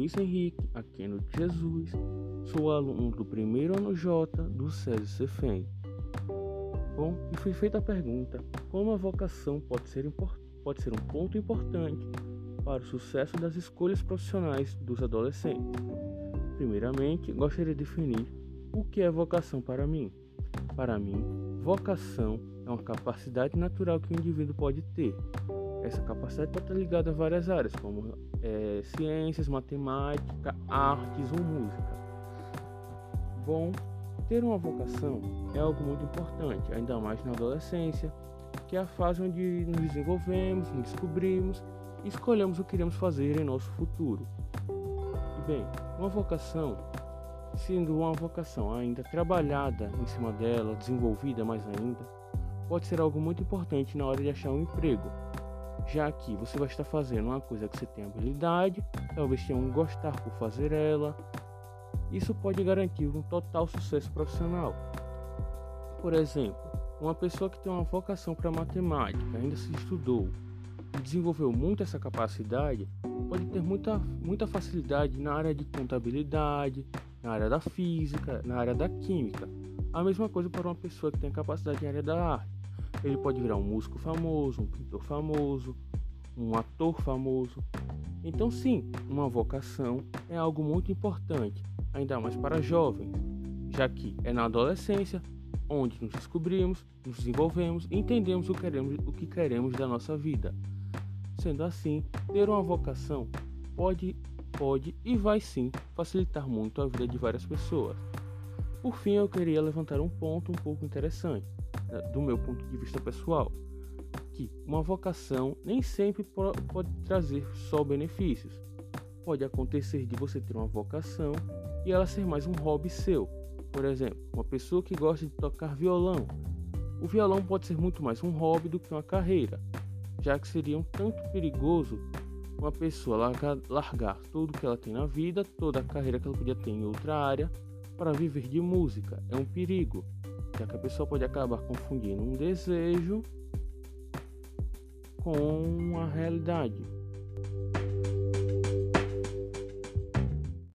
Luiz Henrique Aquino de Jesus, sou aluno do primeiro ano J do SESI Cefem. Bom, e foi feita a pergunta: como a vocação pode ser um ponto importante para o sucesso das escolhas profissionais dos adolescentes? Primeiramente, gostaria de definir o que é vocação para mim. Para mim, vocação é uma capacidade natural que o indivíduo pode ter. Essa capacidade pode estar ligada a várias áreas, como ciências, matemática, artes ou música. Bom, ter uma vocação é algo muito importante, ainda mais na adolescência, que é a fase onde nos desenvolvemos, nos descobrimos e escolhemos o que queremos fazer em nosso futuro. E bem, uma vocação, sendo uma vocação ainda trabalhada em cima dela, desenvolvida mais ainda, pode ser algo muito importante na hora de achar um emprego, já que você vai estar fazendo uma coisa que você tem habilidade, talvez tenha um gostar por fazer ela. Isso pode garantir um total sucesso profissional. Por exemplo, uma pessoa que tem uma vocação para matemática, ainda se estudou e desenvolveu muito essa capacidade, pode ter muita facilidade na área de contabilidade, na área da física, na área da química. A mesma coisa para uma pessoa que tem capacidade na área da arte. Ele pode virar um músico famoso, um pintor famoso, um ator famoso. Então sim, uma vocação é algo muito importante, ainda mais para jovens, já que é na adolescência onde nos descobrimos, nos desenvolvemos e entendemos o que queremos da nossa vida. Sendo assim, ter uma vocação pode e vai sim facilitar muito a vida de várias pessoas. Por fim, eu queria levantar um ponto um pouco interessante, do meu ponto de vista pessoal, que uma vocação nem sempre pode trazer só benefícios. Pode acontecer de você ter uma vocação e ela ser mais um hobby seu. Por exemplo, uma pessoa que gosta de tocar violão. O violão pode ser muito mais um hobby do que uma carreira, já que seria um tanto perigoso uma pessoa largar tudo que ela tem na vida, toda a carreira que ela podia ter em outra área, para viver de música. É um perigo, já que a pessoa pode acabar confundindo um desejo com a realidade.